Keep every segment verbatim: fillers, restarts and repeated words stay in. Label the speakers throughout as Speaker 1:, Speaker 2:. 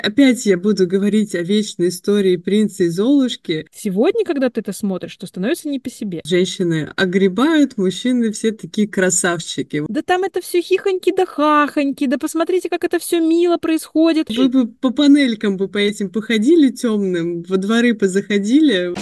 Speaker 1: Опять я буду говорить о вечной истории принца и Золушки.
Speaker 2: Сегодня, когда ты это смотришь, то становится не по себе.
Speaker 1: Женщины огребают, мужчины все такие красавчики.
Speaker 2: Да там это все хихоньки да хахоньки, да посмотрите, как это все мило происходит.
Speaker 1: Вы бы по панелькам бы по этим походили темным, во дворы позаходили.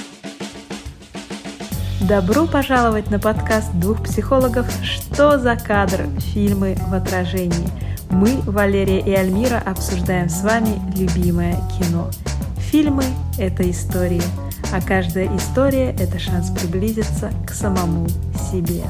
Speaker 2: Добро пожаловать на подкаст двух психологов «Что за кадр? Фильмы в отражении». Мы, Валерия и Альмира, обсуждаем с вами любимое кино. Фильмы – это истории, а каждая история – это шанс приблизиться к самому себе.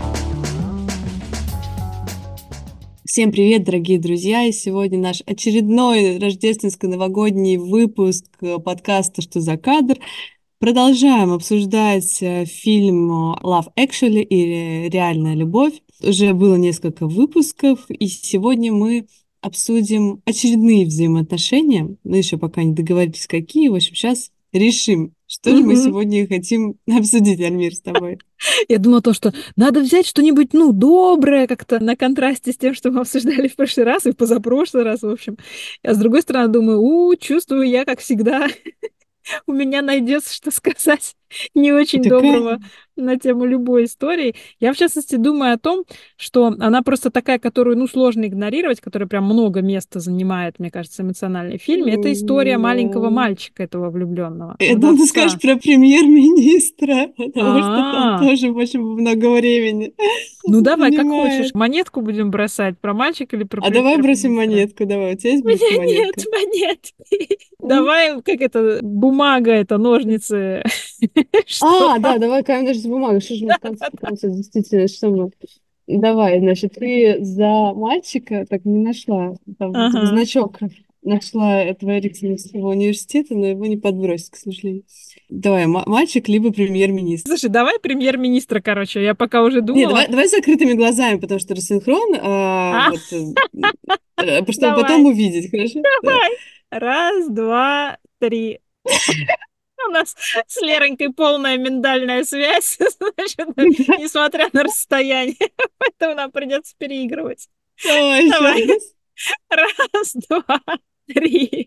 Speaker 1: Всем привет, дорогие друзья! И сегодня наш очередной рождественско-новогодний выпуск подкаста «Что за кадр?». Продолжаем обсуждать фильм Love Actually или «Реальная любовь». Уже было несколько выпусков, и сегодня мы обсудим очередные взаимоотношения. Ну, еще пока не договорились, какие. В общем, сейчас решим, что же мы сегодня хотим обсудить, Альмир, с тобой.
Speaker 2: Я думала то, что надо взять что-нибудь, ну, доброе, как-то на контрасте с тем, что мы обсуждали в прошлый раз и в позапрошлый раз, в общем. А с другой стороны, думаю, у, чувствую я, как всегда, у меня найдется, что сказать не очень
Speaker 1: Такая...
Speaker 2: доброго на тему любой истории. Я, в частности, думаю о том, что она просто такая, которую, ну, сложно игнорировать, которая прям много места занимает, мне кажется, эмоционально в фильме. Это история маленького мальчика, этого влюбленного.
Speaker 1: Я думала, ты скажешь про премьер-министра, потому что там
Speaker 2: А-а-а.
Speaker 1: тоже очень много времени
Speaker 2: Ну, давай, как хочешь.
Speaker 1: занимает.
Speaker 2: Монетку будем бросать про мальчика или про
Speaker 1: А давай бросим
Speaker 2: премьер-министра?
Speaker 1: монетку, давай. У тебя есть
Speaker 2: У меня нет
Speaker 1: монетка?
Speaker 2: монетки.
Speaker 1: М?
Speaker 2: Давай, как это, бумага, это ножницы. Что?
Speaker 1: А, да, давай камень, ножницы, бумага. Что же мы в конце, в конце, действительно, что мы... Давай, значит, ты за мальчика так не нашла, там вроде бы
Speaker 2: Ага.
Speaker 1: значок нашла этого Эриксонского университета, но его не подбросит, к сожалению. Давай, ма- мальчик либо премьер-министр.
Speaker 2: Слушай, давай премьер-министра, короче. Я пока уже
Speaker 1: Не,
Speaker 2: думала.
Speaker 1: давай, давай с закрытыми глазами, потому что рассинхрон, а,
Speaker 2: А,
Speaker 1: вот, э, э, чтобы потом
Speaker 2: давай,
Speaker 1: увидеть, хорошо? Да.
Speaker 2: давай. Раз, два, три. У нас с Леронькой полная миндальная связь, значит, несмотря на расстояние. Поэтому нам придется переигрывать.
Speaker 1: Давай еще
Speaker 2: Давай.
Speaker 1: раз.
Speaker 2: Раз, два, три.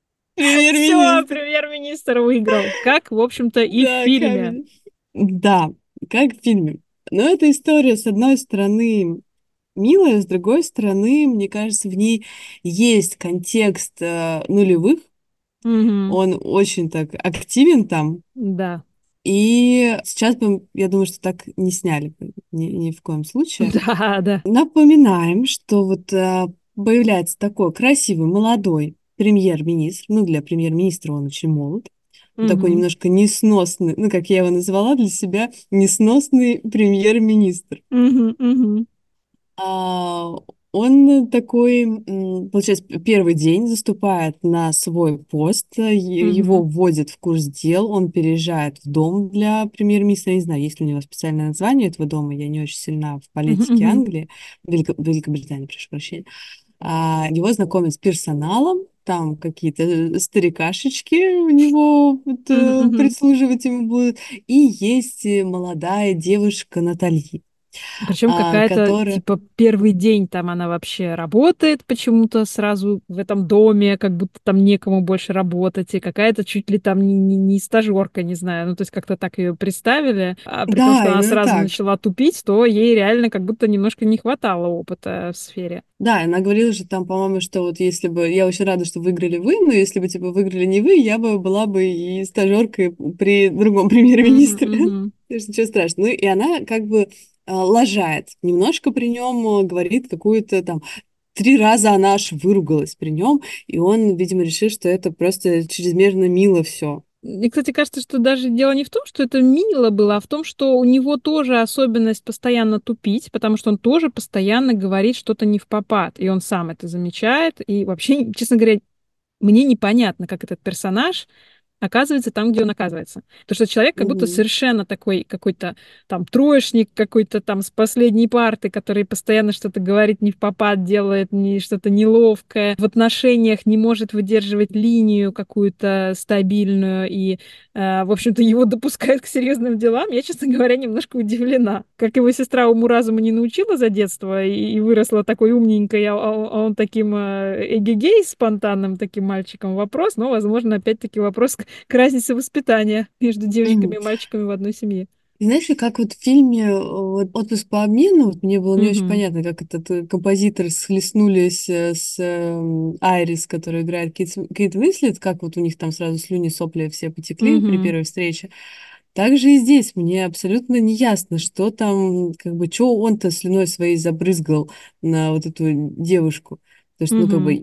Speaker 2: Все,
Speaker 1: Премьер-министр.
Speaker 2: премьер-министр выиграл. Как, в общем-то, и в
Speaker 1: Да,
Speaker 2: фильме.
Speaker 1: камень. Да, как в фильме. Но эта история, с одной стороны, милая, с другой стороны, мне кажется, в ней есть контекст э, нулевых.
Speaker 2: Мгм.
Speaker 1: Он очень так активен там.
Speaker 2: Да.
Speaker 1: И сейчас бы, я думаю, что так не сняли бы ни, ни в коем случае.
Speaker 2: Да, да.
Speaker 1: Напоминаем, что вот э, появляется такой красивый молодой премьер-министр. Ну, для премьер-министра он очень молод. Он такой
Speaker 2: Мгм.
Speaker 1: немножко несносный, ну, как я его назвала для себя, несносный премьер-министр.
Speaker 2: Мгм. Мгм.
Speaker 1: А, он такой, м, получается, п- первый день заступает на свой пост, э, е- его
Speaker 2: Мгм.
Speaker 1: вводят в курс дел, он переезжает в дом для премьер-министра. Я не знаю, есть ли у него специальное название этого дома, я не очень сильна в
Speaker 2: Мгм.
Speaker 1: политике
Speaker 2: Мгм.
Speaker 1: Англии, Велико- Великобритании, прошу прощения. А, его знакомят с персоналом, там какие-то э, старикашечки у него вот,
Speaker 2: Мгм.
Speaker 1: э,
Speaker 2: Мгм.
Speaker 1: прислуживать ему будут, и есть э, молодая девушка Натальи,
Speaker 2: Причем
Speaker 1: а,
Speaker 2: какая-то,
Speaker 1: которая...
Speaker 2: типа, первый день там она вообще работает почему-то сразу в этом доме, как будто там некому больше работать, и какая-то чуть ли там не, не, не стажерка, не знаю, ну, то есть как-то так ее представили, а при том, что
Speaker 1: Да,
Speaker 2: она
Speaker 1: именно
Speaker 2: сразу
Speaker 1: так.
Speaker 2: начала тупить, то ей реально как будто немножко не хватало опыта в сфере.
Speaker 1: Да, она говорила же там, по-моему, что вот если бы... Я очень рада, что выиграли вы, но если бы, типа, выиграли не вы, я бы была бы и стажеркой при другом
Speaker 2: Мгм.
Speaker 1: премьер-министре.
Speaker 2: Мгм.
Speaker 1: То есть ничего страшного. Ну, и она как бы а, лажает. Немножко при нем а, говорит какую-то там... Три раза она аж выругалась при нем, и он, видимо, решил, что это просто чрезмерно мило все.
Speaker 2: Мне, кстати, кажется, что даже дело не в том, что это мило было, а в том, что у него тоже особенность постоянно тупить, потому что он тоже постоянно говорит что-то не в попад, и он сам это замечает. И вообще, честно говоря, мне непонятно, как этот персонаж оказывается там, где он оказывается. То, что человек как будто
Speaker 1: Мгм.
Speaker 2: совершенно такой какой-то там троечник, какой-то там с последней парты, который постоянно что-то говорит не в попад, делает не что-то неловкое, в отношениях не может выдерживать линию какую-то стабильную, и, э, в общем-то, его допускают к серьезным делам. Я, честно говоря, немножко удивлена. Как его сестра уму-разуму не научила за детство и, и выросла такой умненькой, а, а он таким э, эгегей спонтанным таким мальчиком. Вопрос, но, возможно, опять-таки вопрос к разнице воспитания между девочками
Speaker 1: Мгм.
Speaker 2: и мальчиками в одной семье.
Speaker 1: И знаешь ли, как вот в фильме э, вот «Отпуск по обмену», вот мне было не очень
Speaker 2: Мгм.
Speaker 1: понятно, как этот э, композитор схлестнулись э, с эм, Айрис, которая играет Кейт, С- Кейт Уинслет, как вот у них там сразу слюни, сопли все потекли при
Speaker 2: Мгм.
Speaker 1: первой встрече. Также и здесь мне абсолютно не ясно, что там, как бы, что он-то слюной своей забрызгал на вот эту девушку. То есть, ну, как бы,
Speaker 2: Мгм.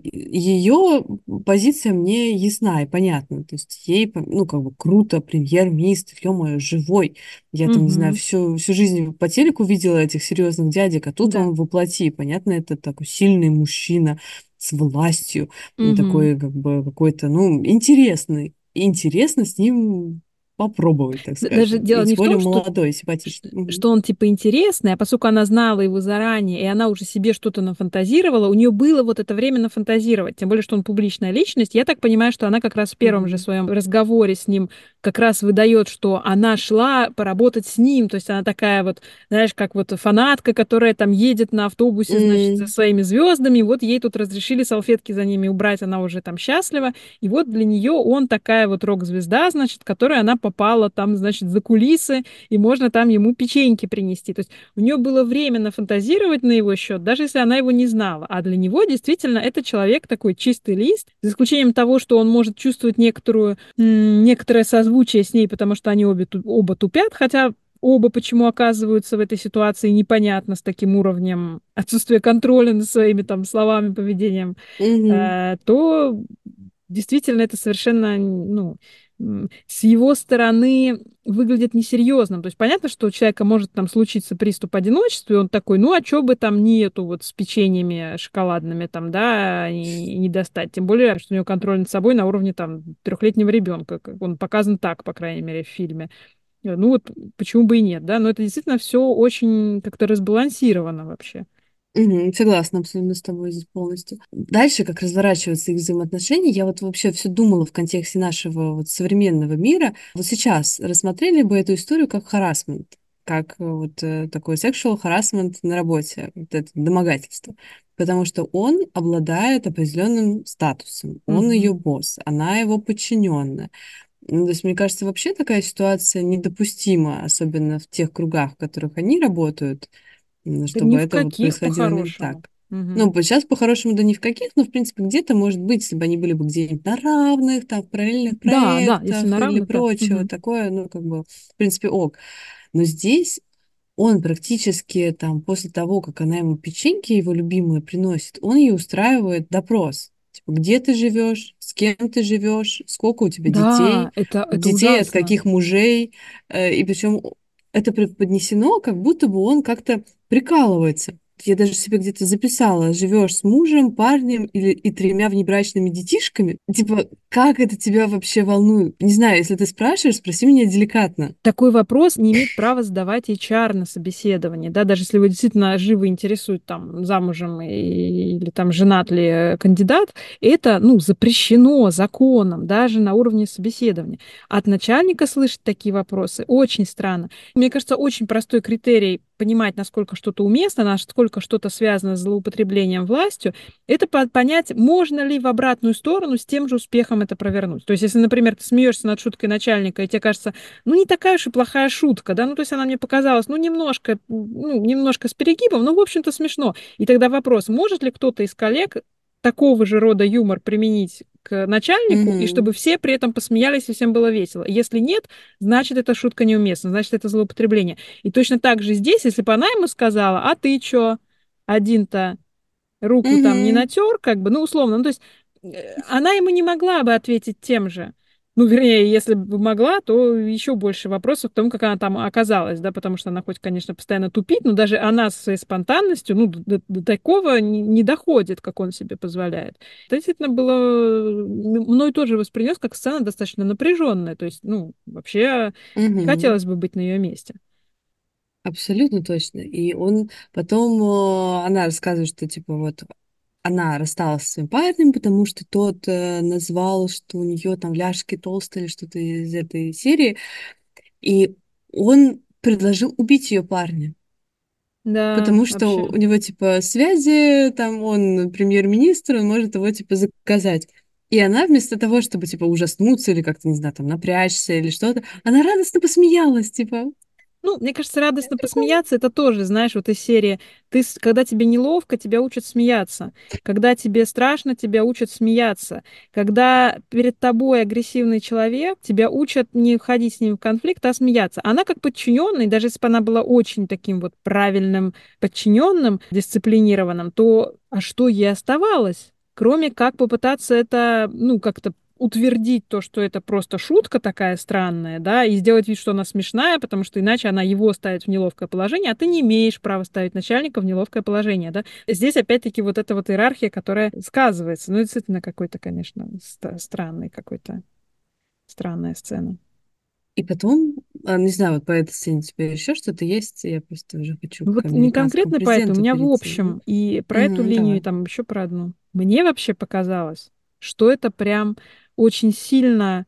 Speaker 1: ее позиция мне ясна и понятна. То есть, ей, по- ну, как бы, круто, премьер-министр, ё-моё, живой. Я там, не знаю,
Speaker 2: Мгм.
Speaker 1: всю, всю жизнь по телеку видела этих серьезных дядек, а тут
Speaker 2: Да.
Speaker 1: он воплоти. Понятно, это такой сильный мужчина с властью, м,
Speaker 2: Мгм.
Speaker 1: такой, как бы, какой-то, ну, интересный. И интересно с ним попробовать, так
Speaker 2: Д- Даже
Speaker 1: скажем.
Speaker 2: дело
Speaker 1: И
Speaker 2: не
Speaker 1: тем
Speaker 2: в
Speaker 1: более
Speaker 2: том, что,
Speaker 1: молодой,
Speaker 2: ш-
Speaker 1: симпатичный. Мгм.
Speaker 2: что он типа интересный, а поскольку она знала его заранее, и она уже себе что-то нафантазировала, у нее было вот это время нафантазировать. Тем более, что он публичная личность. Я так понимаю, что она как раз в первом же
Speaker 1: Мгм.
Speaker 2: своем разговоре с ним как раз выдает, что она шла поработать с ним. То есть она такая вот, знаешь, как вот фанатка, которая там едет на автобусе, значит, за
Speaker 1: М,
Speaker 2: своими звездами. Вот ей тут разрешили салфетки за ними убрать, она уже там счастлива. И вот для нее он такая вот рок-звезда, значит, которой она попала там, значит, за кулисы, и можно там ему печеньки принести. То есть у нее было время нафантазировать на его счет, даже если она его не знала. А для него действительно это человек такой чистый лист, за исключением того, что он может чувствовать некоторую, м, некоторое созвучие с ней, потому что они обе, ту- оба тупят, хотя оба почему оказываются в этой ситуации непонятно с таким уровнем отсутствия контроля над своими там словами, поведением,
Speaker 1: мгм.
Speaker 2: э, то действительно это совершенно, ну, м, с его стороны выглядит несерьезным. То есть понятно, что у человека может там случиться приступ одиночества, и он такой, ну, а чё бы там нету вот с печеньями шоколадными там, да, и, и не достать. Тем более, что у него контроль над собой на уровне там трехлетнего ребенка. Как он показан так, по крайней мере, в фильме. Э, Ну вот почему бы и нет, да? Но это действительно все очень как-то разбалансировано вообще.
Speaker 1: Мгм. Согласна абсолютно с тобой здесь полностью. Дальше, как разворачиваются их взаимоотношения, я вот вообще все думала в контексте нашего вот современного мира. Вот сейчас рассмотрели бы эту историю как харассмент, как э, вот э, такой sexual harassment на работе, вот это домогательство. Потому что он обладает определенным статусом, он ее
Speaker 2: Мгм.
Speaker 1: босс, она его подчиненная. Ну, то есть, мне кажется, вообще такая ситуация недопустима, особенно в тех кругах, в которых они работают, м,
Speaker 2: Да ни
Speaker 1: чтобы
Speaker 2: в
Speaker 1: это вот
Speaker 2: каких
Speaker 1: происходило именно
Speaker 2: по-хорошему.
Speaker 1: так.
Speaker 2: Мгм.
Speaker 1: Ну, сейчас по-хорошему, да ни в каких, но, в принципе, где-то, может быть, если бы они были бы где-нибудь на равных, там, в параллельных
Speaker 2: Да, да, если на
Speaker 1: проектах или
Speaker 2: равных, да.
Speaker 1: прочего,
Speaker 2: Мгм.
Speaker 1: такое, ну, как бы, в принципе, ок. Но здесь он практически, там, после того, как она ему печеньки его любимые приносит, он ей устраивает допрос. Типа, где ты живешь, с кем ты живешь, сколько у тебя
Speaker 2: Да,
Speaker 1: детей,
Speaker 2: это, это
Speaker 1: детей от
Speaker 2: ужасно.
Speaker 1: каких мужей, э, и причем это преподнесено, как будто бы он как-то прикалывается. Я даже себе где-то записала, живешь с мужем, парнем или и тремя внебрачными детишками. Типа, как это тебя вообще волнует? Не знаю, если ты спрашиваешь, спроси меня деликатно.
Speaker 2: Такой вопрос не имеет права задавать эйч ар на собеседовании, да, даже если вы действительно живо интересует там замужем и- или там женат ли э, кандидат, это, ну, запрещено законом, даже на уровне собеседования. От начальника слышать такие вопросы очень странно. Мне кажется, очень простой критерий понимать, насколько что-то уместно, насколько что-то связано с злоупотреблением властью, это по- понять, можно ли в обратную сторону с тем же успехом это провернуть. То есть, если, например, ты смеешься над шуткой начальника, и тебе кажется, ну, не такая уж и плохая шутка, да, ну, то есть она мне показалась, ну, немножко, ну, немножко с перегибом, но, в общем-то, смешно. И тогда вопрос, может ли кто-то из коллег такого же рода юмор применить к начальнику, и чтобы
Speaker 1: Мгм.
Speaker 2: все при этом посмеялись и всем было весело. Если нет, значит, эта шутка неуместна, значит, это злоупотребление. И точно так же здесь, если бы она ему сказала, а ты чё, один-то руку там не
Speaker 1: Мгм.
Speaker 2: натер, как бы, ну, условно, ну, то есть э, она ему не могла бы ответить тем же. Ну, вернее, если бы могла, то еще больше вопросов в том, как она там оказалась, да, потому что она хоть, конечно, постоянно тупит, но даже она со своей спонтанностью, ну, до, до такого не, не доходит, как он себе позволяет. Это действительно было... Мной тоже воспринес как сцена достаточно напряженная, то есть, ну, вообще не
Speaker 1: Мгм.
Speaker 2: хотелось бы быть на ее месте.
Speaker 1: Абсолютно точно. И он потом, э, она рассказывает, что типа вот она рассталась со своим парнем, потому что тот э, назвал, что у нее там ляжки толстые или что-то из этой серии. И он предложил убить ее парня,
Speaker 2: Да,
Speaker 1: потому что
Speaker 2: вообще.
Speaker 1: у него типа связи, там он премьер-министр, он может его типа заказать. И она вместо того, чтобы типа ужаснуться или как-то, не знаю, там напрячься или что-то, она радостно посмеялась, типа,
Speaker 2: Ну, мне кажется, радостно
Speaker 1: прикольно.
Speaker 2: посмеяться, это тоже, знаешь, вот из серии, ты, с- когда тебе неловко, тебя учат смеяться. Когда тебе страшно, тебя учат смеяться. Когда перед тобой агрессивный человек, тебя учат не входить с ним в конфликт, а смеяться. Она как подчиненный, даже если бы она была очень таким вот правильным подчиненным, дисциплинированным, то а что ей оставалось? Кроме как попытаться это, ну, как-то утвердить то, что это просто шутка такая странная, да, и сделать вид, что она смешная, потому что иначе она его ставит в неловкое положение, а ты не имеешь права ставить начальника в неловкое положение, да. Здесь опять-таки вот эта вот иерархия, которая сказывается. Ну, действительно, какой-то, конечно, ст- странный какой-то, странная сцена.
Speaker 1: И потом, а, не знаю, вот по этой сцене теперь еще что-то есть, я просто уже хочу
Speaker 2: Ну,
Speaker 1: к
Speaker 2: вот не
Speaker 1: американскому
Speaker 2: конкретно по этой, у
Speaker 1: президенту
Speaker 2: меня в
Speaker 1: перейти.
Speaker 2: общем, и про эту
Speaker 1: Мгм,
Speaker 2: линию, и
Speaker 1: давай.
Speaker 2: там еще про одну. Мне вообще показалось, что это прям очень сильно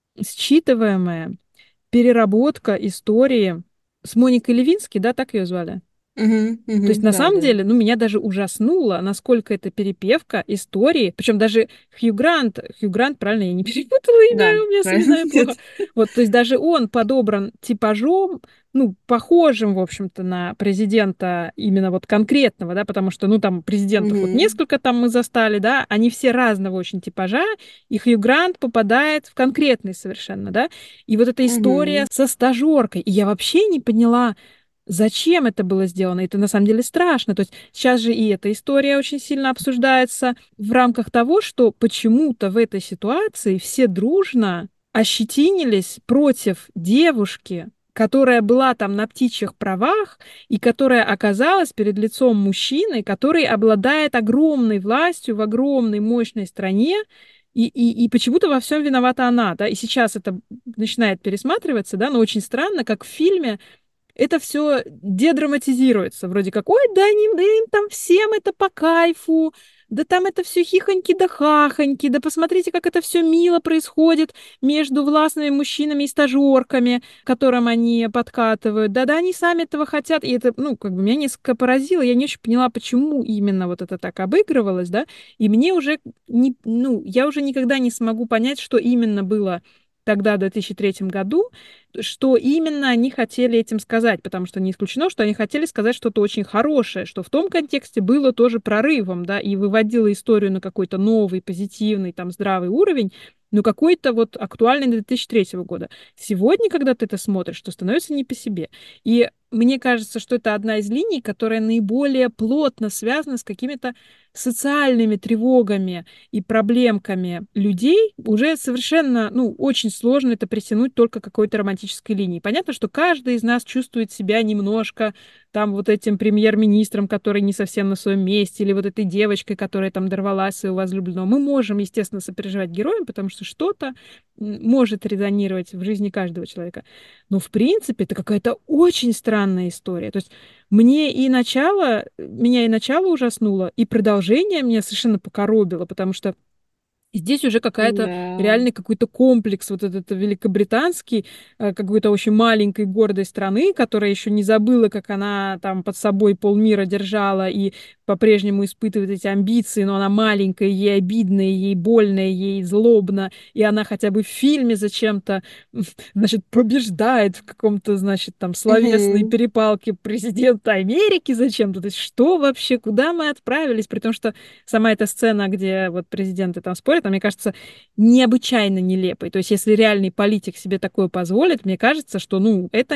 Speaker 2: считываемая переработка истории с Моникой Левински, да, так ее звали?
Speaker 1: Мгм,
Speaker 2: То есть
Speaker 1: мгм,
Speaker 2: на
Speaker 1: да,
Speaker 2: самом
Speaker 1: да, да.
Speaker 2: деле, ну, меня даже ужаснуло, насколько это перепевка истории. Причем даже Хью Грант, Хью Грант, правильно, я не перепутала
Speaker 1: Да,
Speaker 2: имя, у меня с
Speaker 1: правильно,
Speaker 2: именами плохо.
Speaker 1: нет.
Speaker 2: Вот, то есть даже он подобран типажом, ну, похожим, в общем-то, на президента именно вот конкретного, да, потому что, ну, там президентов вот
Speaker 1: Мгм,
Speaker 2: несколько там мы застали, да, они все разного очень типажа, и Хью Грант попадает в конкретный совершенно, да. И вот эта история
Speaker 1: мгм.
Speaker 2: со стажеркой, и я вообще не поняла, зачем это было сделано? Это на самом деле страшно. То есть сейчас же и эта история очень сильно обсуждается в рамках того, что почему-то в этой ситуации все дружно ощетинились против девушки, которая была там на птичьих правах и которая оказалась перед лицом мужчины, который обладает огромной властью в огромной мощной стране, и, и, и почему-то во всем виновата она, да, и сейчас это начинает пересматриваться, да, но очень странно, как в фильме это все дедраматизируется. Вроде как, ой, да, они, да им там всем это по кайфу, да там это все хихоньки да хахоньки, да посмотрите, как это все мило происходит между властными мужчинами и стажерками, которым они подкатывают. Да-да, они сами этого хотят. И это, ну, как бы меня несколько поразило. Я не очень поняла, почему именно вот это так обыгрывалось, да. И мне уже, не, ну, я уже никогда не смогу понять, что именно было тогда, в две тысячи третьем году, что именно они хотели этим сказать, потому что не исключено, что они хотели сказать что-то очень хорошее, что в том контексте было тоже прорывом, да, и выводило историю на какой-то новый, позитивный, там, здравый уровень, но какой-то вот актуальный две тысячи третьего года. Сегодня, когда ты это смотришь, то становится не по себе. И мне кажется, что это одна из линий, которая наиболее плотно связана с какими-то социальными тревогами и проблемками людей. Уже совершенно, ну, очень сложно это притянуть только к какой-то романтической линии. Понятно, что каждый из нас чувствует себя немножко там вот этим премьер-министром, который не совсем на своем месте, или вот этой девочкой, которая там дорвалась своего возлюбленного. Мы можем, естественно, сопереживать героям, потому что что-то может резонировать в жизни каждого человека. Но, в принципе, это какая-то очень странная история. То есть мне и начало, меня и начало ужаснуло, и продолжение меня совершенно покоробило, потому что и здесь уже какая-то
Speaker 1: Да.
Speaker 2: реальный какой-то комплекс вот этот великобританский, э, какой-то очень маленькой гордой страны, которая еще не забыла, как она там под собой полмира держала и по-прежнему испытывает эти амбиции, но она маленькая, ей обидно, ей больно, ей злобно, и она хотя бы в фильме зачем-то, значит, побеждает в каком-то, значит, там словесной
Speaker 1: Мгм.
Speaker 2: перепалке президента Америки зачем-то. То есть что вообще, куда мы отправились, при том, что сама эта сцена, где вот президенты там спорят, она, мне кажется, необычайно нелепой. То есть, если реальный политик себе такое позволит, мне кажется, что, ну, это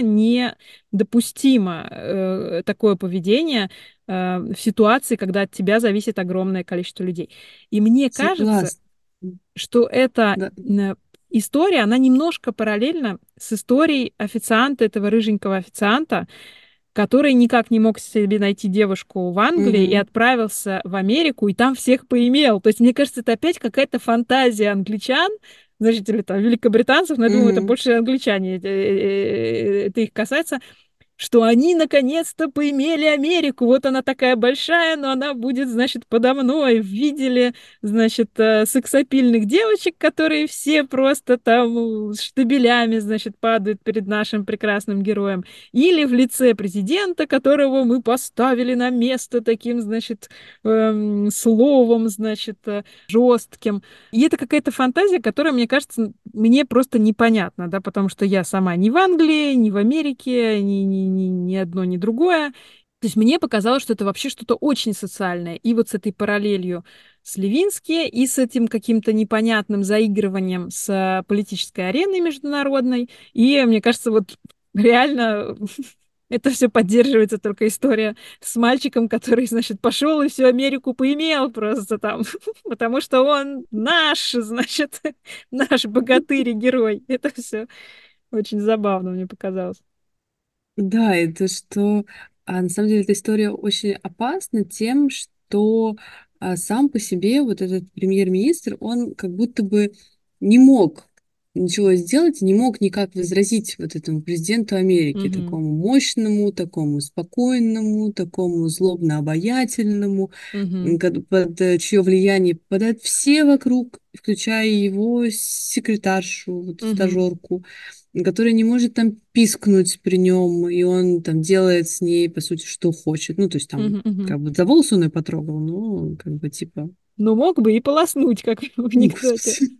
Speaker 2: недопустимо, э, такое поведение э, в ситуации, когда от тебя зависит огромное количество людей. И мне кажется,
Speaker 1: Согласна.
Speaker 2: что это
Speaker 1: Да.
Speaker 2: э, история, она немножко параллельна с историей официанта, этого рыженького официанта, который никак не мог себе найти девушку в Англии и
Speaker 1: Мгм.
Speaker 2: отправился в Америку, и там всех поимел. То есть, мне кажется, это опять какая-то фантазия англичан, значит, или там великобританцев, но я думаю, это
Speaker 1: Мгм.
Speaker 2: больше англичане, э, э, э, это их касается, что они наконец-то поимели Америку. Вот она такая большая, но она будет, значит, подо мной. Видели, значит, э, сексапильных девочек, которые все просто там штабелями, значит, падают перед нашим прекрасным героем. Или в лице президента, которого мы поставили на место таким, значит, эм, словом, значит, э, жестким. И это какая-то фантазия, которая, мне кажется, мне просто непонятна, да, потому что я сама ни в Англии, ни в Америке, ни, ни, ни, ни одно, ни другое. То есть мне показалось, что это вообще что-то очень социальное. И вот с этой параллелью с Левински, и с этим каким-то непонятным заигрыванием с э, политической ареной международной. И мне кажется, вот реально это все поддерживается только история с мальчиком, который, значит, пошел и всю Америку поимел просто там, потому что он наш, значит, наш богатырь и герой. Это все очень забавно мне показалось.
Speaker 1: Да, это что, а, на самом деле эта история очень опасна тем, что а, сам по себе вот этот премьер-министр, он как будто бы не мог ничего сделать, не мог никак возразить вот этому президенту Америки,
Speaker 2: Мгм.
Speaker 1: такому мощному, такому спокойному, такому злобно-обаятельному, м,
Speaker 2: Мгм.
Speaker 1: кад- под э, чье влияние попадают все вокруг, включая его секретаршу, вот
Speaker 2: Мгм.
Speaker 1: стажерку, которая не может там пискнуть при нем, и он там делает с ней, по сути, что хочет. Ну, то есть там
Speaker 2: Мгм. Мгм.
Speaker 1: как бы за волосы он ее потрогал, ну, как бы типа,
Speaker 2: Ну, мог бы и полоснуть, как в анекдоте.
Speaker 1: господи,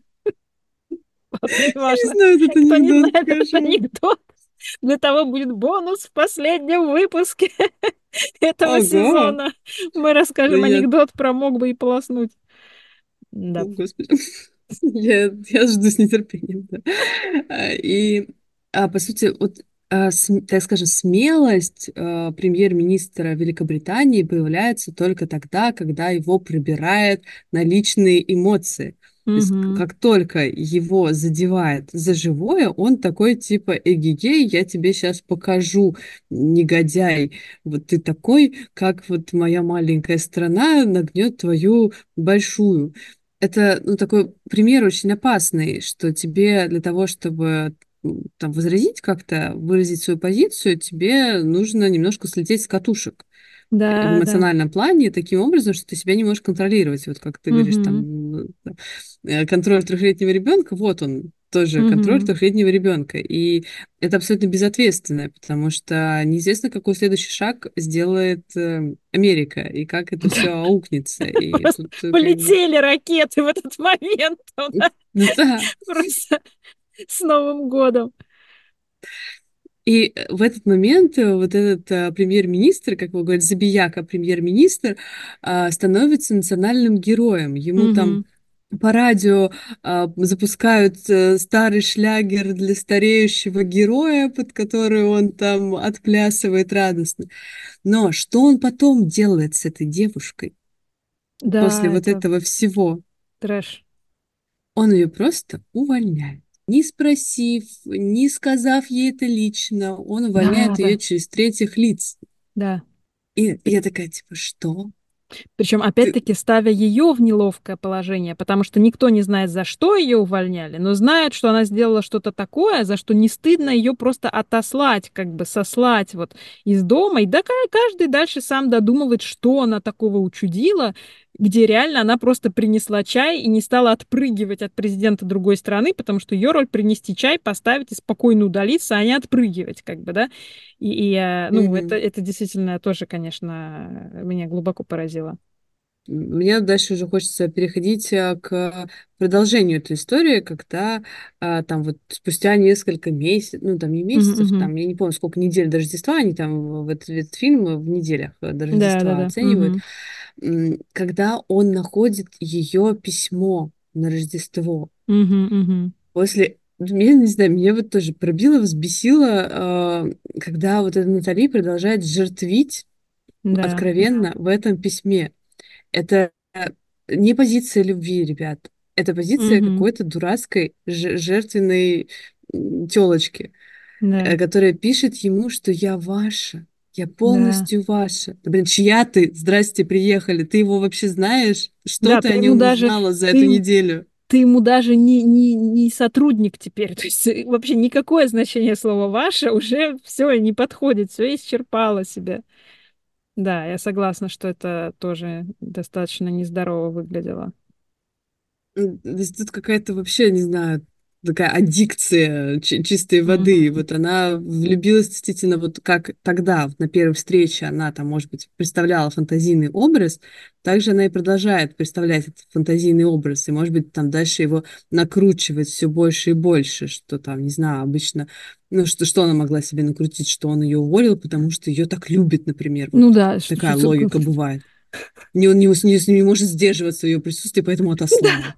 Speaker 2: Ладно,
Speaker 1: я не
Speaker 2: неважно.
Speaker 1: знаю этот
Speaker 2: Кто не
Speaker 1: анекдот,
Speaker 2: знает этот
Speaker 1: скажу.
Speaker 2: анекдот, для того будет бонус в последнем выпуске этого
Speaker 1: Ага,
Speaker 2: сезона. Мы
Speaker 1: да
Speaker 2: расскажем
Speaker 1: я,
Speaker 2: анекдот про мог бы и полоснуть. Да.
Speaker 1: о, господи, я, я жду с нетерпением, да. А, И, а, по сути, вот, а, см- так скажем, смелость а, премьер-министра Великобритании появляется только тогда, когда его пробирает на личные эмоции. То есть, к-
Speaker 2: Мгм.
Speaker 1: как только его задевает за живое, он такой типа, эгегей, я тебе сейчас покажу, негодяй. Вот ты такой, как вот моя маленькая страна нагнет твою большую. Это, ну, такой пример очень опасный, что тебе для того, чтобы м, там возразить как-то, выразить свою позицию, тебе нужно немножко слететь с катушек в
Speaker 2: Да, да.
Speaker 1: эмоциональном плане таким образом, что ты себя не можешь контролировать. Вот как ты говоришь,
Speaker 2: Мгм.
Speaker 1: там, ну, да, э, контроль трехлетнего ребенка, вот он, тоже контроль
Speaker 2: Мгм.
Speaker 1: трехлетнего ребенка. И это абсолютно безответственно, потому что неизвестно, какой следующий шаг сделает э, Америка, и как это все аукнется. И
Speaker 2: Просто
Speaker 1: тут э, как бы...
Speaker 2: полетели ракеты в этот момент.
Speaker 1: Ну да.
Speaker 2: Просто с Новым годом.
Speaker 1: И э, в этот момент э, вот этот а, премьер-министр, как вы говорите, забияка премьер-министр, а, становится национальным героем. Ему там
Speaker 2: Мгм.
Speaker 1: по радио а, запускают э, старый шлягер для стареющего героя, под который он там отплясывает радостно. Но что он потом делает с этой девушкой после
Speaker 2: Да,
Speaker 1: вот
Speaker 2: это
Speaker 1: этого всего?
Speaker 2: трэш.
Speaker 1: Он ее просто увольняет. Не спросив, не сказав ей это лично, он
Speaker 2: Да,
Speaker 1: увольняет
Speaker 2: да,
Speaker 1: ее через третьих лиц.
Speaker 2: да.
Speaker 1: И я такая, типа, что?
Speaker 2: Причем,
Speaker 1: Ты...
Speaker 2: опять-таки, ставя ее в неловкое положение, потому что никто не знает, за что ее увольняли, но знает, что она сделала что-то такое, за что не стыдно ее просто отослать, как бы сослать вот из дома. И да, ка- каждый дальше сам додумывает, что она такого учудила, где реально она просто принесла чай и не стала отпрыгивать от президента другой страны, потому что ее роль принести чай, поставить и спокойно удалиться, а не отпрыгивать, как бы, да. И, и, э, ну, это,
Speaker 1: Мгм.
Speaker 2: это действительно тоже, конечно, меня глубоко поразило.
Speaker 1: Мне дальше уже хочется переходить а, к продолжению этой истории, когда а, там вот спустя несколько месяцев, ну там не
Speaker 2: Мгм,
Speaker 1: месяцев,
Speaker 2: мгм.
Speaker 1: там я не помню, сколько недель до Рождества, они там в этот, в этот фильм в неделях э, до
Speaker 2: Да, да,
Speaker 1: Рождества
Speaker 2: да.
Speaker 1: оценивают,
Speaker 2: Мгм.
Speaker 1: м, когда он находит ее письмо на Рождество.
Speaker 2: Мгм, мгм.
Speaker 1: После, я не знаю, меня вот тоже пробило, взбесило, а, когда вот эта Натали продолжает жертвить
Speaker 2: Да,
Speaker 1: откровенно в этом письме. Это не позиция любви, ребят. Это позиция
Speaker 2: Мгм.
Speaker 1: какой-то дурацкой же- жертвенной телочки,
Speaker 2: Да,
Speaker 1: которая пишет ему, что я ваша, я
Speaker 2: да.
Speaker 1: полностью ваша. Да, блин, чья ты? Здрасте, приехали. Ты его вообще знаешь? Что
Speaker 2: Да,
Speaker 1: ты
Speaker 2: ты
Speaker 1: о
Speaker 2: ему
Speaker 1: нем
Speaker 2: даже,
Speaker 1: узнала за эту
Speaker 2: ты,
Speaker 1: неделю?
Speaker 2: ты ему даже не, не, не сотрудник теперь. То есть э, вообще никакое значение слова «ваше» уже все не подходит, все исчерпало себя. Да, я согласна, что это тоже достаточно нездорово выглядело.
Speaker 1: М, то есть тут какая-то вообще, не знаю, такая аддикция чи- чистой воды.
Speaker 2: Мгм.
Speaker 1: Вот она влюбилась действительно вот как тогда, вот на первой встрече, она там, может быть, представляла фантазийный образ, также она и продолжает представлять этот фантазийный образ, и, может быть, там дальше его накручивает все больше и больше, что там, не знаю, обычно, ну, что, что она могла себе накрутить, что он ее уволил, потому что ее так любит, например, вот
Speaker 2: Ну да, что,
Speaker 1: такая
Speaker 2: что-
Speaker 1: логика бывает. Не, он не, не, не может сдерживать свое присутствие, поэтому отослал.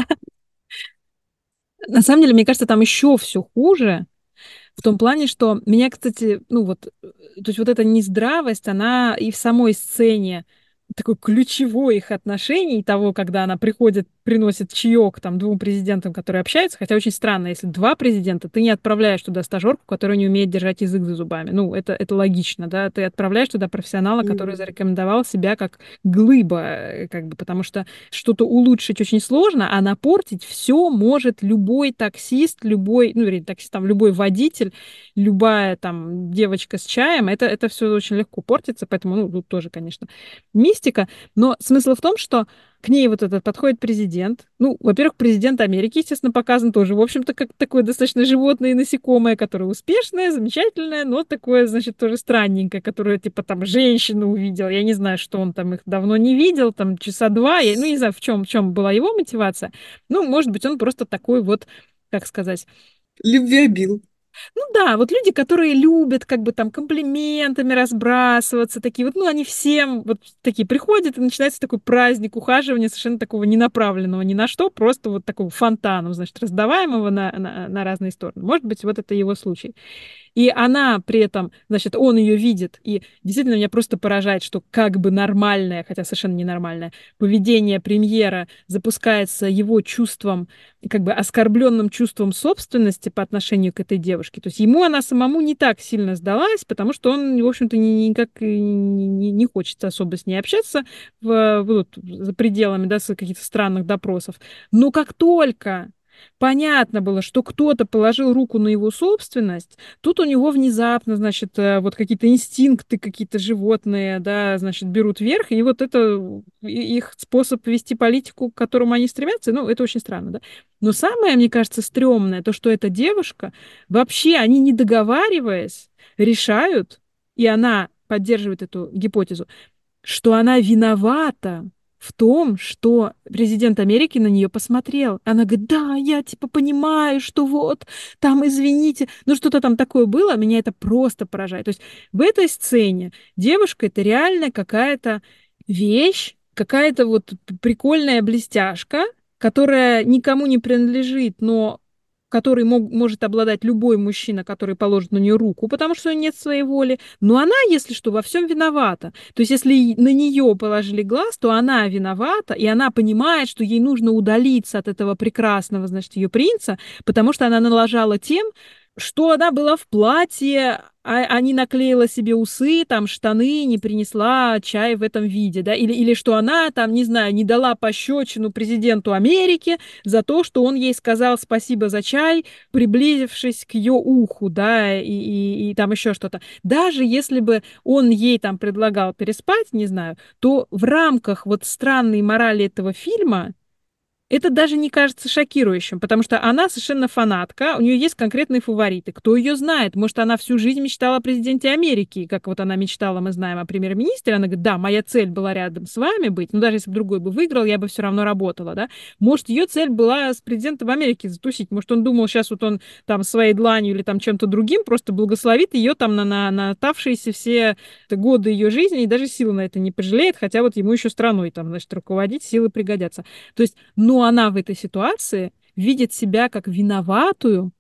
Speaker 2: на самом деле, мне кажется, там еще все хуже. В том плане, что меня, кстати, ну вот, э, то есть вот эта нездравость, она и в самой сцене такой ключевой их отношений, того, когда она приходит, приносит чаек там двум президентам, которые общаются, хотя очень странно, если два президента, ты не отправляешь туда стажерку, которая не умеет держать язык за зубами. Ну, это, это логично, да, ты отправляешь туда профессионала, который
Speaker 1: Мгм.
Speaker 2: зарекомендовал себя как глыба, э, как бы, потому что что-то улучшить очень сложно, а напортить все может любой таксист, любой, ну, вернее, таксист, там, любой водитель, любая там девочка с чаем, это, это все очень легко портится, поэтому, ну, тут тоже, конечно, мистика. Но смысл в том, что к ней вот этот подходит президент. Ну, во-первых, президент Америки, естественно, показан тоже, в общем-то, как такое достаточно животное и насекомое, которое успешное, замечательное, но такое, значит, тоже странненькое, которое, типа, там, женщину увидел. Я не знаю, что он там их давно не видел, там, часа два. Я, ну, не знаю, в чем, в чем была его мотивация. Ну, может быть, он просто такой вот, как сказать,
Speaker 1: Любвеобил.
Speaker 2: ну да, вот люди, которые любят как бы там комплиментами разбрасываться, такие вот, ну, они всем вот такие приходят, и начинается такой праздник ухаживания, совершенно такого не направленного ни на что, просто вот такого фонтаном, значит, раздаваемого на, на, на разные стороны. Может быть, вот это его случай. И она при этом, значит, он ее видит, и действительно меня просто поражает, что как бы нормальное, хотя совершенно ненормальное, поведение премьера запускается его чувством, как бы оскорбленным чувством собственности по отношению к этой девушке. То есть ему она самому не так сильно сдалась, потому что он, в общем-то, ни- никак и не, не, не хочет особо с ней общаться в, вот, за пределами, да, каких-то странных допросов. Но как только понятно было, что кто-то положил руку на его собственность, тут у него внезапно, значит, э, вот какие-то инстинкты, какие-то животные, да, значит, берут верх, и вот это и- их способ вести политику, к которому они стремятся, ну, это очень странно, да. Но самое, мне кажется, стрёмное, то, что эта девушка, вообще, они не договариваясь, решают, и она поддерживает эту гипотезу, что она виновата в том, что президент Америки на нее посмотрел. Она говорит, да, я типа понимаю, что вот, там, извините, ну что-то там такое было, меня это просто поражает. То есть в этой сцене девушка это реально какая-то вещь, какая-то вот прикольная блестяшка, которая никому не принадлежит, но который мог, может обладать любой мужчина, который положит на нее руку, потому что у нее нет своей воли. Но она, если что, во всем виновата. То есть, если на нее положили глаз, то она виновата, и она понимает, что ей нужно удалиться от этого прекрасного, значит, ее принца, потому что она налажала тем, что она была в платье, а, а не наклеила себе усы, там, штаны, не принесла чай в этом виде, да, или, или что она, там, не знаю, не дала пощечину президенту Америки за то, что он ей сказал спасибо за чай, приблизившись к ее уху, да, и, и, и там еще что-то. Даже если бы он ей там предлагал переспать, не знаю, то в рамках вот странной морали этого фильма это даже не кажется шокирующим, потому что она совершенно фанатка, у нее есть конкретные фавориты. Кто ее знает? Может, она всю жизнь мечтала о президенте Америки, как вот она мечтала, мы знаем, о премьер-министре. Она говорит, да, моя цель была рядом с вами быть, но даже если бы другой бы выиграл, я бы все равно работала, да. Может, ее цель была с президентом Америки затусить. Может, он думал, сейчас вот он там своей дланью или там чем-то другим просто благословит ее там на, на, на оставшиеся все годы ее жизни и даже силы на это не пожалеет, хотя вот ему еще страной там, значит, руководить, силы пригодятся. То есть, но она в этой ситуации видит себя как виноватую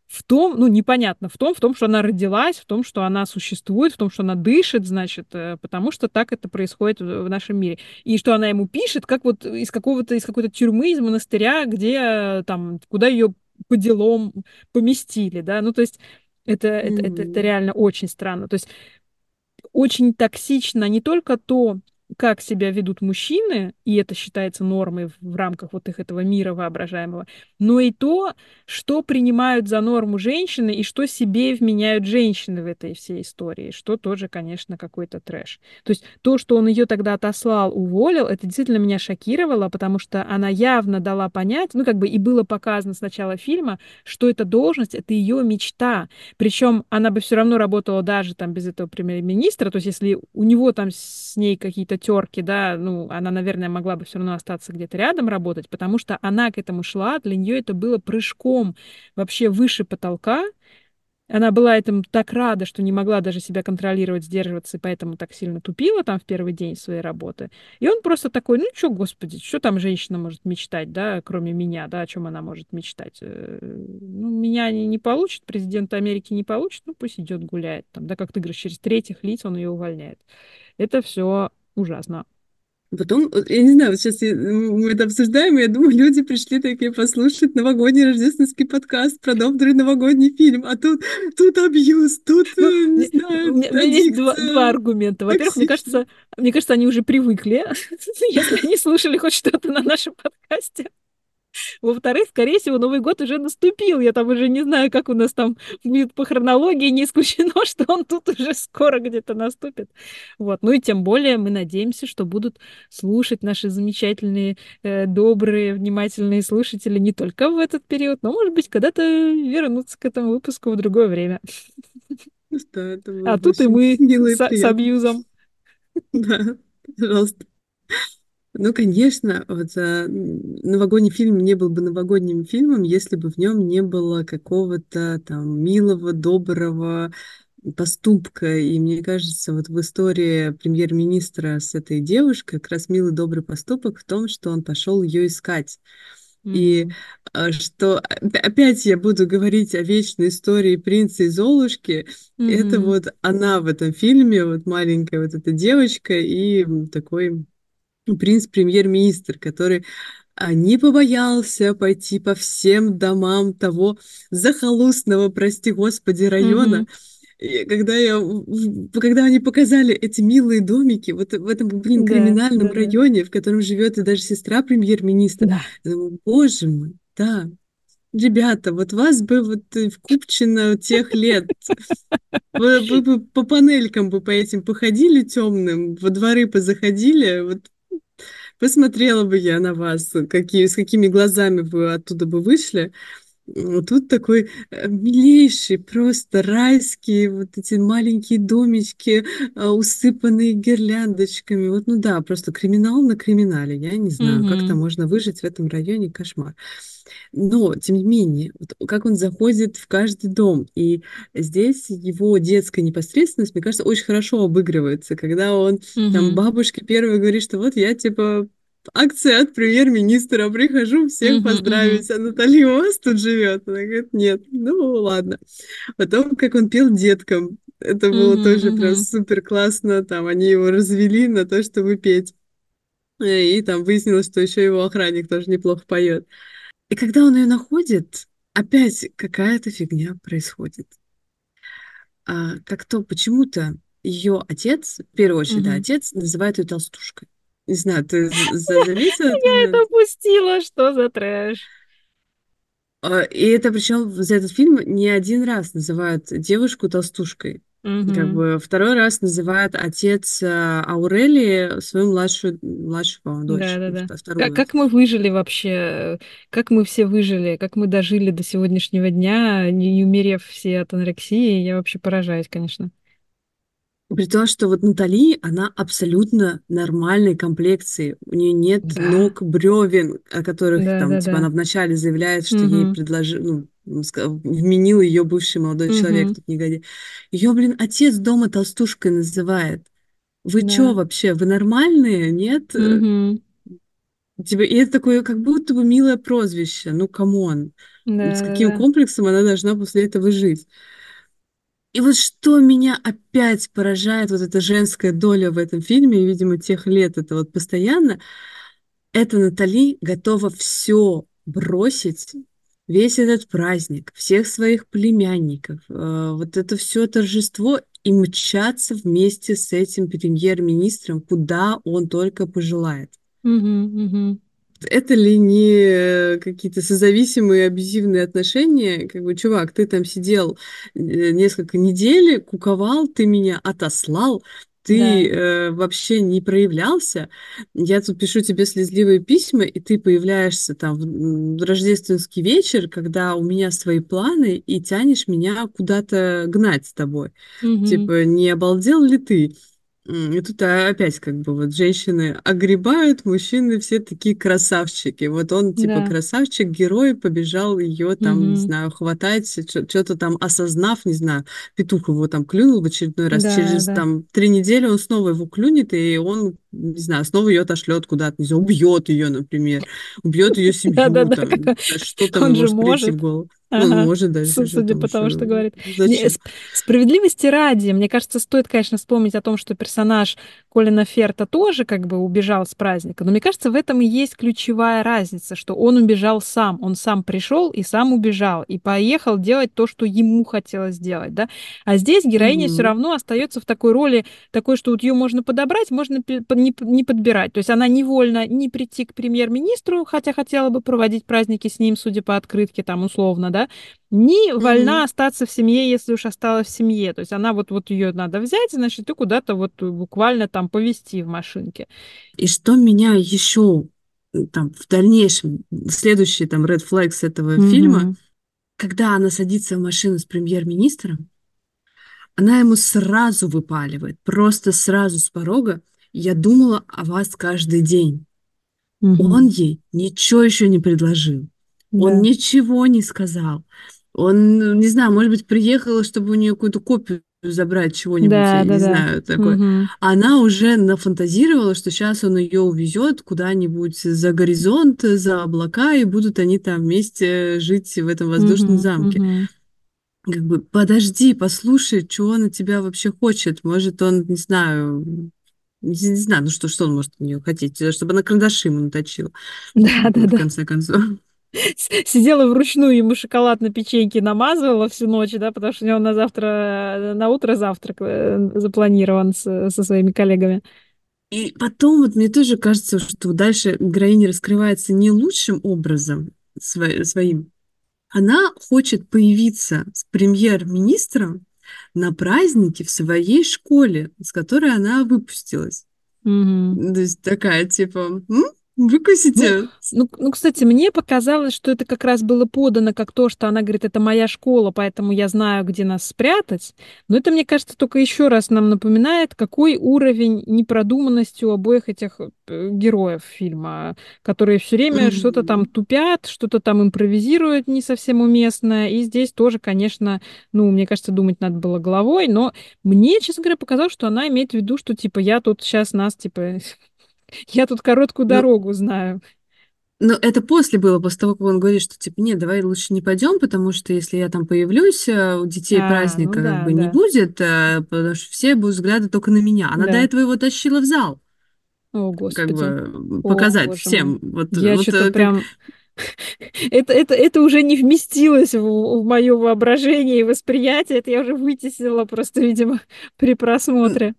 Speaker 3: в том, ну, непонятно, в том, в том, что она родилась, в том, что она существует, в том, что она дышит, значит, э, потому что так это происходит в, в нашем мире. И что она ему пишет, как вот из какого-то, из какой-то тюрьмы, из монастыря, где э, там, куда ее по делам поместили, да, ну, то есть это, это, это, это
Speaker 1: Мгм.
Speaker 3: реально очень странно. То есть очень токсично не только то, как себя ведут мужчины, и это считается нормой в, в рамках вот их этого мира воображаемого, но и то, что принимают за норму женщины и что себе вменяют женщины в этой всей истории, что тоже, конечно, какой-то трэш. То есть то, что он ее тогда отослал, уволил, это действительно меня шокировало, потому что она явно дала понять, ну, как бы и было показано с начала фильма, что эта должность — это ее мечта, причем она бы все равно работала даже там без этого премьер-министра. То есть если у него там с ней какие-то терки, да, ну, она, наверное, могла бы все равно остаться где-то рядом работать, потому что она к этому шла, для нее это было прыжком вообще выше потолка. Она была этому так рада, что не могла даже себя контролировать, сдерживаться, и поэтому так сильно тупила там в первый день своей работы. И он просто такой, ну что, господи, что там женщина может мечтать, да, кроме меня, да, о чем она может мечтать? Э, Ну, меня не, не получит, президент Америки не получит, ну пусть идет гуляет там, да, как ты говоришь, через третьих лиц он ее увольняет. Это все ужасно.
Speaker 1: Потом, вот я не знаю, вот сейчас мы это обсуждаем, и я думаю, люди пришли такие послушать новогодний рождественский подкаст про добрый новогодний фильм, а тут, тут абьюз, тут,
Speaker 3: Ну,
Speaker 1: э, не
Speaker 3: мне-
Speaker 1: знаю,
Speaker 3: у меня, у меня есть два, два
Speaker 1: аддикция,
Speaker 3: аргумента. Во-первых, мне
Speaker 1: токсично.
Speaker 3: кажется, мне кажется, они уже привыкли, если они слушали хоть что-то на нашем подкасте. Во-вторых, скорее всего, Новый год уже наступил. Я там уже не знаю, как у нас там будет по хронологии. Не исключено, что он тут уже скоро где-то наступит. Вот. Ну и тем более мы надеемся, что будут слушать наши замечательные, э, добрые, внимательные слушатели не только в этот период, но, может быть, когда-то вернуться к этому выпуску в другое время.
Speaker 1: Ну что, это было
Speaker 3: А
Speaker 1: бы
Speaker 3: тут и
Speaker 1: очень
Speaker 3: мы
Speaker 1: мило и
Speaker 3: с, с
Speaker 1: приятно.
Speaker 3: абьюзом.
Speaker 1: Да, пожалуйста. Ну, конечно, вот а, м, новогодний фильм не был бы новогодним фильмом, если бы в нем не было какого-то там милого, доброго поступка. И мне кажется, вот в истории премьер-министра с этой девушкой как раз милый, добрый поступок в том, что он пошел ее искать. И
Speaker 3: Мгм.
Speaker 1: а, что о- опять я буду говорить о вечной истории принца и Золушки. Это
Speaker 3: Мгм.
Speaker 1: вот она в этом фильме, вот маленькая вот эта девочка и м, такой принц-премьер-министр, который а, не побоялся пойти по всем домам того захолустного, прости господи, района.
Speaker 3: Мгм.
Speaker 1: И когда я, в- в- когда они показали эти милые домики, вот в этом, блин,
Speaker 3: Да,
Speaker 1: криминальном
Speaker 3: да, да.
Speaker 1: районе, в котором живет и даже сестра премьер-министра,
Speaker 3: Да.
Speaker 1: я думаю, боже мой, да, ребята, вот вас бы вот э, в Купчино тех лет, вы, вы бы по панелькам бы по этим походили темным, во дворы позаходили, вот посмотрела бы я на вас, какие, с какими глазами вы оттуда бы вышли. М, Тут такой э, милейший, просто райский, вот эти маленькие домички, а, усыпанные гирляндочками. Вот, ну да, просто криминал на криминале. Я не знаю, как там
Speaker 3: Мгм.
Speaker 1: можно выжить в этом районе, кошмар. Но, тем не менее, вот как он заходит в каждый дом, и здесь его детская непосредственность, мне кажется, очень хорошо обыгрывается, когда он там
Speaker 3: Мгм.
Speaker 1: бабушке первой говорит, что вот я типа акция от премьер-министра, прихожу всех
Speaker 3: Мгм. Мгм.
Speaker 1: поздравить, а Наталья у вас тут живет? Она говорит, нет, ну ладно. Потом, как он пел деткам, это было
Speaker 3: Мгм.
Speaker 1: тоже прям
Speaker 3: Мгм.
Speaker 1: супер классно, там они его развели на то, чтобы петь. Э, И там выяснилось, что еще его охранник тоже неплохо поет. И когда он ее находит, опять какая-то фигня происходит. А, как то почему-то ее отец, в первую очередь, да,
Speaker 3: Мгм.
Speaker 1: отец называет ее толстушкой. Не знаю, ты за- за- заметила этот
Speaker 3: Я это
Speaker 1: момент?
Speaker 3: упустила, что за трэш?
Speaker 1: А, И это причем за этот фильм не один раз называют девушку толстушкой. Как
Speaker 3: Мгм.
Speaker 1: бы второй раз называет отец а, Аурелии свою младшую, младшую, по-моему, дочь, ну,
Speaker 3: Да-да-да.
Speaker 1: вто-
Speaker 3: Как,
Speaker 1: вторую.
Speaker 3: как мы выжили вообще? Как мы все выжили? Как мы дожили до сегодняшнего дня, не, не умерев все от анорексии? Я вообще поражаюсь, конечно.
Speaker 1: При том, что вот Натали, она абсолютно нормальной комплекции. У нее нет
Speaker 3: Да,
Speaker 1: ног, бревен, о которых там, типа,
Speaker 3: да-да-да.
Speaker 1: она вначале заявляет, что ей
Speaker 3: Угу.
Speaker 1: предложил, ну, ска- вменил ее бывший молодой человек,
Speaker 3: Угу.
Speaker 1: тут негодяй. Ее, блин, отец дома толстушкой называет. Вы чё
Speaker 3: Да.
Speaker 1: вообще? Вы нормальные? Нет?
Speaker 3: Угу.
Speaker 1: Типа, и это такое, как будто бы милое прозвище. Ну, камон. С каким
Speaker 3: Да-да-да.
Speaker 1: комплексом она должна после этого жить? И вот что меня опять поражает, вот эта женская доля в этом фильме, и, видимо, тех лет это вот постоянно, это Натали готова все бросить, весь этот праздник, всех своих племянников, э, вот это все торжество и мчаться вместе с этим премьер-министром, куда он только пожелает.
Speaker 3: Мгм, мгм.
Speaker 1: Это ли не э, какие-то созависимые абьюзивные отношения? Как бы, чувак, ты там сидел э, несколько недель, куковал, ты меня отослал, ты
Speaker 3: Да.
Speaker 1: э, вообще не проявлялся. Я тут пишу тебе слезливые письма, и ты появляешься там в, м, в рождественский вечер, когда у меня свои планы, и тянешь меня куда-то гнать с тобой.
Speaker 3: Мгм.
Speaker 1: Типа, не обалдел ли ты? М, И тут а, опять как бы вот женщины огребают, мужчины все такие красавчики. Вот он типа
Speaker 3: Да.
Speaker 1: красавчик, герой, побежал ее там, не
Speaker 3: Мгм.
Speaker 1: знаю, хватать, что-то там осознав, не знаю, петух его там клюнул в очередной раз.
Speaker 3: Да,
Speaker 1: Через
Speaker 3: да.
Speaker 1: там три недели он снова его клюнет, и он, не знаю, снова ее отошлет куда-то, не знаю, убьет ее, например, убьет ее семью,
Speaker 3: Да-да-да, как
Speaker 1: там,
Speaker 3: он
Speaker 1: да, что там
Speaker 3: он же
Speaker 1: может прийти в
Speaker 3: может.
Speaker 1: голову. Ну, он
Speaker 3: Ага.
Speaker 1: может даже,
Speaker 3: Су
Speaker 1: что
Speaker 3: судя
Speaker 1: там
Speaker 3: по тому,
Speaker 1: еще,
Speaker 3: что говорит. Не,
Speaker 1: зачем?
Speaker 3: сп справедливости ради, мне кажется, стоит, конечно, вспомнить о том, что персонаж Колина Ферта тоже как бы убежал с праздника, но мне кажется, в этом и есть ключевая разница, что он убежал сам. Он сам пришел и сам убежал, и поехал делать то, что ему хотелось сделать, да. А здесь героиня все
Speaker 1: Мгм.
Speaker 3: равно остается в такой роли, такой, что вот ее можно подобрать, можно пе по не п не подбирать. То есть она невольно не прийти к премьер-министру, хотя хотела бы проводить праздники с ним, судя по открытке, там, условно, да, не вольна
Speaker 1: Мгм.
Speaker 3: остаться в семье, если уж осталась в семье. То есть она вот вот ее надо взять, значит, и куда-то вот э, буквально там повезти в машинке.
Speaker 1: И что меня еще там в дальнейшем, следующий там red flags этого фильма,
Speaker 3: Мгм.
Speaker 1: когда она садится в машину с премьер-министром, она ему сразу выпаливает, просто сразу с порога: «Я думала о вас каждый день». Он
Speaker 3: Мгм.
Speaker 1: ей ничего еще не предложил. Он
Speaker 3: Да.
Speaker 1: ничего не сказал. Он, ну, не знаю, может быть, приехала, чтобы у нее какую-то копию забрать чего-нибудь, я не
Speaker 3: Да-да-да.
Speaker 1: знаю, такое.
Speaker 3: Мгм.
Speaker 1: Она уже нафантазировала, что сейчас он ее увезет куда-нибудь за горизонт, за облака, и будут они там вместе жить в этом воздушном
Speaker 3: Мгм.
Speaker 1: замке.
Speaker 3: Мгм.
Speaker 1: Как бы подожди, послушай, что он от тебя вообще хочет. Может, он, не знаю, не, не знаю, ну что, что он может от нее хотеть, э, чтобы она карандаши ему наточила, в
Speaker 3: Да-да-да.
Speaker 1: конце концов.
Speaker 3: С Сидела вручную, ему шоколад на печеньке намазывала всю ночь, да, потому что у него на завтра, э, на утро завтрак, э, запланирован с со своими коллегами.
Speaker 1: И потом вот мне тоже кажется, что дальше героиня раскрывается не лучшим образом сво- своим. Она хочет появиться с премьер-министром на празднике в своей школе, с которой она выпустилась.
Speaker 3: Мгм.
Speaker 1: То есть такая, типа, «М?
Speaker 3: Ну,
Speaker 1: Выкусите?»
Speaker 3: ну, ну, кстати, мне показалось, что это как раз было подано как то, что она говорит, это моя школа, поэтому я знаю, где нас спрятать. Но это, мне кажется, только еще раз нам напоминает, какой уровень непродуманности у обоих этих э, героев фильма, которые все время что-то там
Speaker 1: Мгм.
Speaker 3: тупят, что-то там импровизируют не совсем уместно. И здесь тоже, конечно, ну, мне кажется, думать надо было головой, но мне, честно говоря, показалось, что она имеет в виду, что, типа, я тут сейчас нас, типа, я тут короткую
Speaker 1: Ну,
Speaker 3: дорогу знаю.
Speaker 1: но это после было, после того, как он говорит, что типа, нет, давай лучше не пойдем, потому что если я там появлюсь, э, у детей
Speaker 3: А, ну
Speaker 1: праздника как
Speaker 3: да,
Speaker 1: бы не
Speaker 3: да,
Speaker 1: будет, э, потому что все будут взгляды только на меня. Она до
Speaker 3: да.
Speaker 1: этого его тащила в зал,
Speaker 3: О,
Speaker 1: как
Speaker 3: Господи.
Speaker 1: бы
Speaker 3: О,
Speaker 1: показать
Speaker 3: боже мой.
Speaker 1: всем. Вот,
Speaker 3: Я
Speaker 1: вот
Speaker 3: что-то
Speaker 1: э, как...
Speaker 3: прям... Это, это, это уже не вместилось в, в мое воображение и восприятие. Это я уже вытеснила просто, видимо, при просмотре.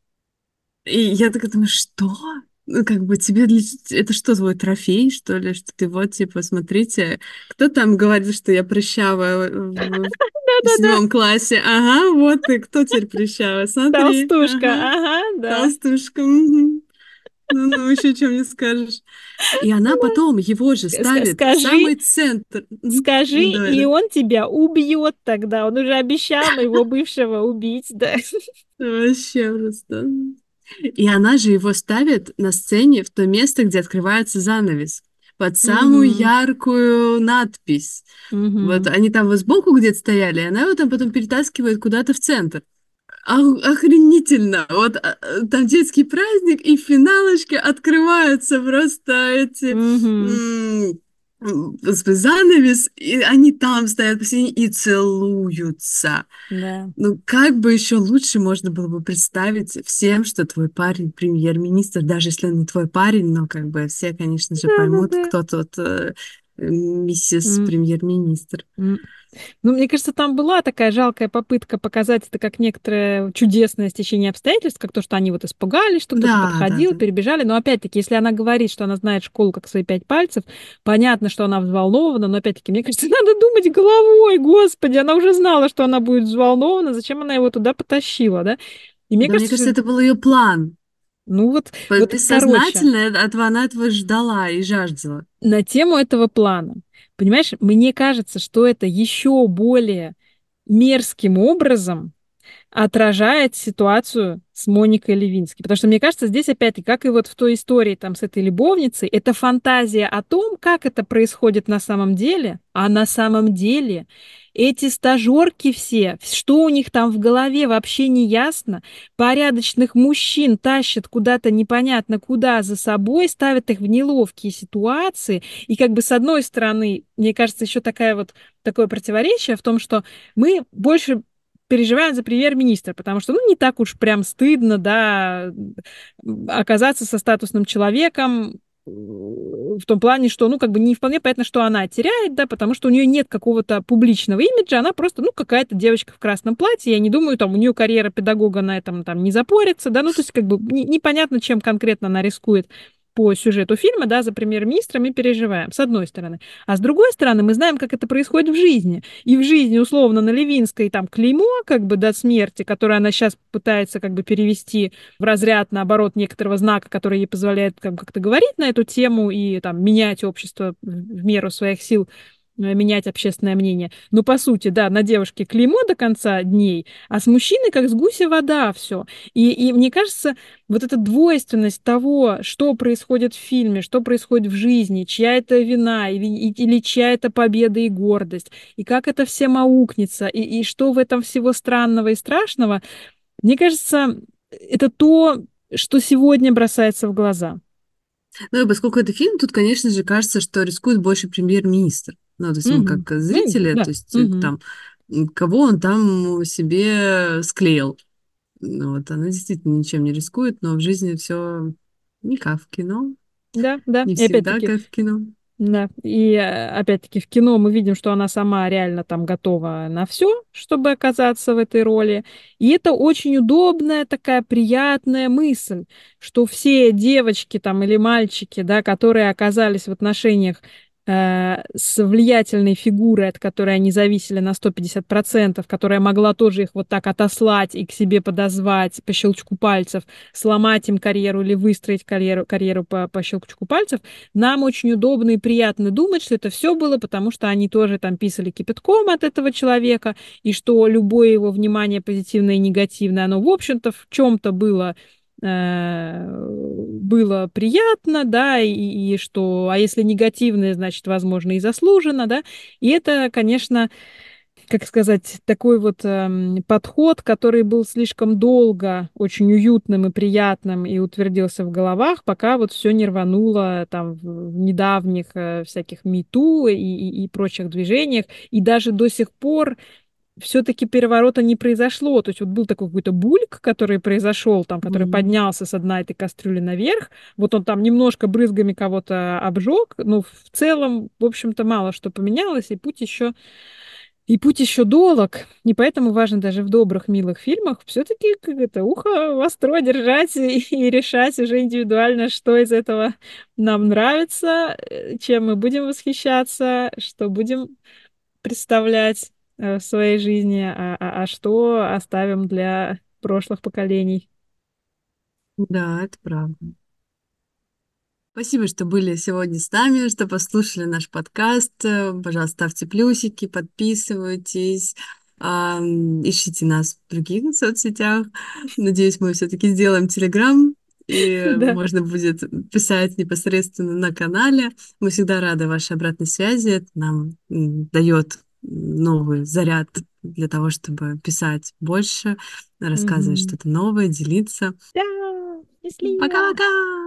Speaker 1: И я такая думаю, что? Ну, как бы тебе для... Это что, твой трофей, что ли? Что ты вот, типа, смотрите, кто там говорит, что я прыщавая в, в
Speaker 3: Да-да-да.
Speaker 1: седьмом классе? Ага, вот ты, кто теперь прыщавая? Смотри,
Speaker 3: Толстушка.
Speaker 1: ага,
Speaker 3: Ага, да.
Speaker 1: толстушка. Мгм. Ну-ну, еще чем не скажешь. И она потом его же
Speaker 3: Ска-
Speaker 1: ставит в
Speaker 3: Скажи,
Speaker 1: самый центр. Мгм.
Speaker 3: скажи,
Speaker 1: Давай,
Speaker 3: и
Speaker 1: да.
Speaker 3: он тебя убьет тогда. Он уже обещал моего бывшего убить, да.
Speaker 1: Вообще просто. И она же его ставит на сцене в то место, где открывается занавес, под самую
Speaker 3: Угу,
Speaker 1: яркую надпись. Вот
Speaker 3: угу.
Speaker 1: они там вот сбоку где-то стояли, и она его там потом перетаскивает куда-то в центр. Ох- охренительно. Вот а, а, там детский праздник, и в финалочке открываются просто эти
Speaker 3: Мгм.
Speaker 1: м, м, господи, занавес, и они там стоят посередине и целуются.
Speaker 3: Да.
Speaker 1: Ну, как бы еще лучше можно было бы представить всем, что твой парень премьер-министр, даже если он не твой парень, но как бы все, конечно же, поймут,
Speaker 3: Да-да-да.
Speaker 1: кто тот э, миссис
Speaker 3: М,
Speaker 1: премьер-министр.
Speaker 3: м. Ну, мне кажется, там была такая жалкая попытка показать это как некоторое чудесное стечение обстоятельств, как то, что они вот испугались, что кто-то
Speaker 1: Да, да,
Speaker 3: подходил,
Speaker 1: да.
Speaker 3: перебежали. Но опять-таки, если она говорит, что она знает школу как свои пять пальцев, понятно, что она взволнована, но опять-таки, мне кажется, надо думать головой, господи, она уже знала, что она будет взволнована, зачем она его туда потащила, да? И мне
Speaker 1: Да, мне
Speaker 3: кажется,
Speaker 1: кажется,
Speaker 3: что,
Speaker 1: это был ее план.
Speaker 3: ну вот,
Speaker 1: По-
Speaker 3: вот, короче,
Speaker 1: Бессознательно это- этого она этого ждала и жаждала.
Speaker 3: на тему этого плана, понимаешь, мне кажется, что это еще более мерзким образом отражает ситуацию с Моникой Левински. Потому что, мне кажется, здесь опять-таки, как и вот в той истории там с этой любовницей, это фантазия о том, как это происходит на самом деле, а на самом деле эти стажерки все, что у них там в голове, вообще не ясно. Порядочных мужчин тащат куда-то непонятно куда за собой, ставят их в неловкие ситуации. И как бы с одной стороны, мне кажется, еще такая вот такое противоречие в том, что мы больше переживаем за премьер-министра, потому что, ну, не так уж прям стыдно, да, оказаться со статусным человеком э, в том плане, что, ну, как бы не вполне понятно, что она теряет, да, потому что у нее нет какого-то публичного имиджа, она просто, ну, какая-то девочка в красном платье, я не думаю, там, у нее карьера педагога на этом, там, не запорится, да, ну, то есть, как бы, не- непонятно, чем конкретно она рискует по сюжету фильма, да, за премьер-министра мы переживаем, с одной стороны. А с другой стороны, мы знаем, как это происходит в жизни. И в жизни, условно, на Левинской там клеймо, как бы до смерти, которое она сейчас пытается как бы перевести в разряд, наоборот, некоторого знака, который ей позволяет как- как-то говорить на эту тему и там менять общество в в меру своих сил, э, менять общественное мнение. Но по сути, да, на девушке клеймо до конца дней, а с мужчиной как с гуся вода все. И, и мне кажется, вот эта двойственность того, что происходит в фильме, что происходит в жизни, чья это вина или, и- или чья это победа и гордость, и как это всем аукнется, и, и что в этом всего странного и страшного, мне кажется, это то, что сегодня бросается в глаза.
Speaker 1: Ну и поскольку это фильм, тут, конечно же, кажется, что рискует больше премьер-министр. Ну, то есть мы как
Speaker 3: Мгм. Ну,
Speaker 1: зрители,
Speaker 3: да.
Speaker 1: то есть э,
Speaker 3: Мгм.
Speaker 1: там, м, кого он там себе склеил. Ну, вот она действительно ничем не рискует, но в жизни все не как в кино,
Speaker 3: Да, да.
Speaker 1: не
Speaker 3: И
Speaker 1: всегда
Speaker 3: опять-таки,
Speaker 1: как в кино.
Speaker 3: да. И э, опять-таки в кино мы видим, что она сама реально там готова на все, чтобы оказаться в этой роли. И это очень удобная такая приятная мысль, что все девочки там или мальчики, да, которые оказались в отношениях э, с влиятельной фигурой, от которой они зависели на сто пятьдесят процентов, которая могла тоже их вот так отослать и к себе подозвать по щелчку пальцев, сломать им карьеру или выстроить карьеру, карьеру по, по щелчку пальцев, нам очень удобно и приятно думать, что это все было, потому что они тоже там писали кипятком от этого человека, и что любое его внимание позитивное и негативное, оно, в общем-то, в чем-то было э, было приятно, да, и, и что, а если негативное, значит, возможно, и заслуженно, да, и это, конечно, как сказать, такой вот эм, подход, который был слишком долго очень уютным и приятным и утвердился в головах, пока вот все не рвануло там в в недавних э, всяких МИТУ и, и, и прочих движениях, и даже до сих пор все-таки переворота не произошло. То есть вот был такой какой-то бульк, который произошел, там, который
Speaker 1: Мгм.
Speaker 3: поднялся с дна этой кастрюли наверх. Вот он там немножко брызгами кого-то обжег, но в целом, в общем-то, мало что поменялось, и путь еще и путь еще долог, и поэтому важно даже в добрых, милых фильмах все-таки как это ухо востро держать и, и решать уже индивидуально, что из этого нам нравится, э, чем мы будем восхищаться, что будем представлять э, в своей жизни, а, а, а что оставим для прошлых поколений.
Speaker 1: Да, это правда. Спасибо, что были сегодня с нами, что послушали наш подкаст. Э, Пожалуйста, ставьте плюсики, подписывайтесь, ам, ищите нас в других соцсетях. Надеюсь, мы все-таки сделаем Телеграм, и
Speaker 3: Да,
Speaker 1: можно будет писать непосредственно на канале. Мы всегда рады вашей обратной связи. Это нам м, дает новый заряд для того, чтобы писать больше, рассказывать
Speaker 3: Мгм.
Speaker 1: что-то новое, делиться.
Speaker 3: Да, счастливо!
Speaker 1: Пока-пока!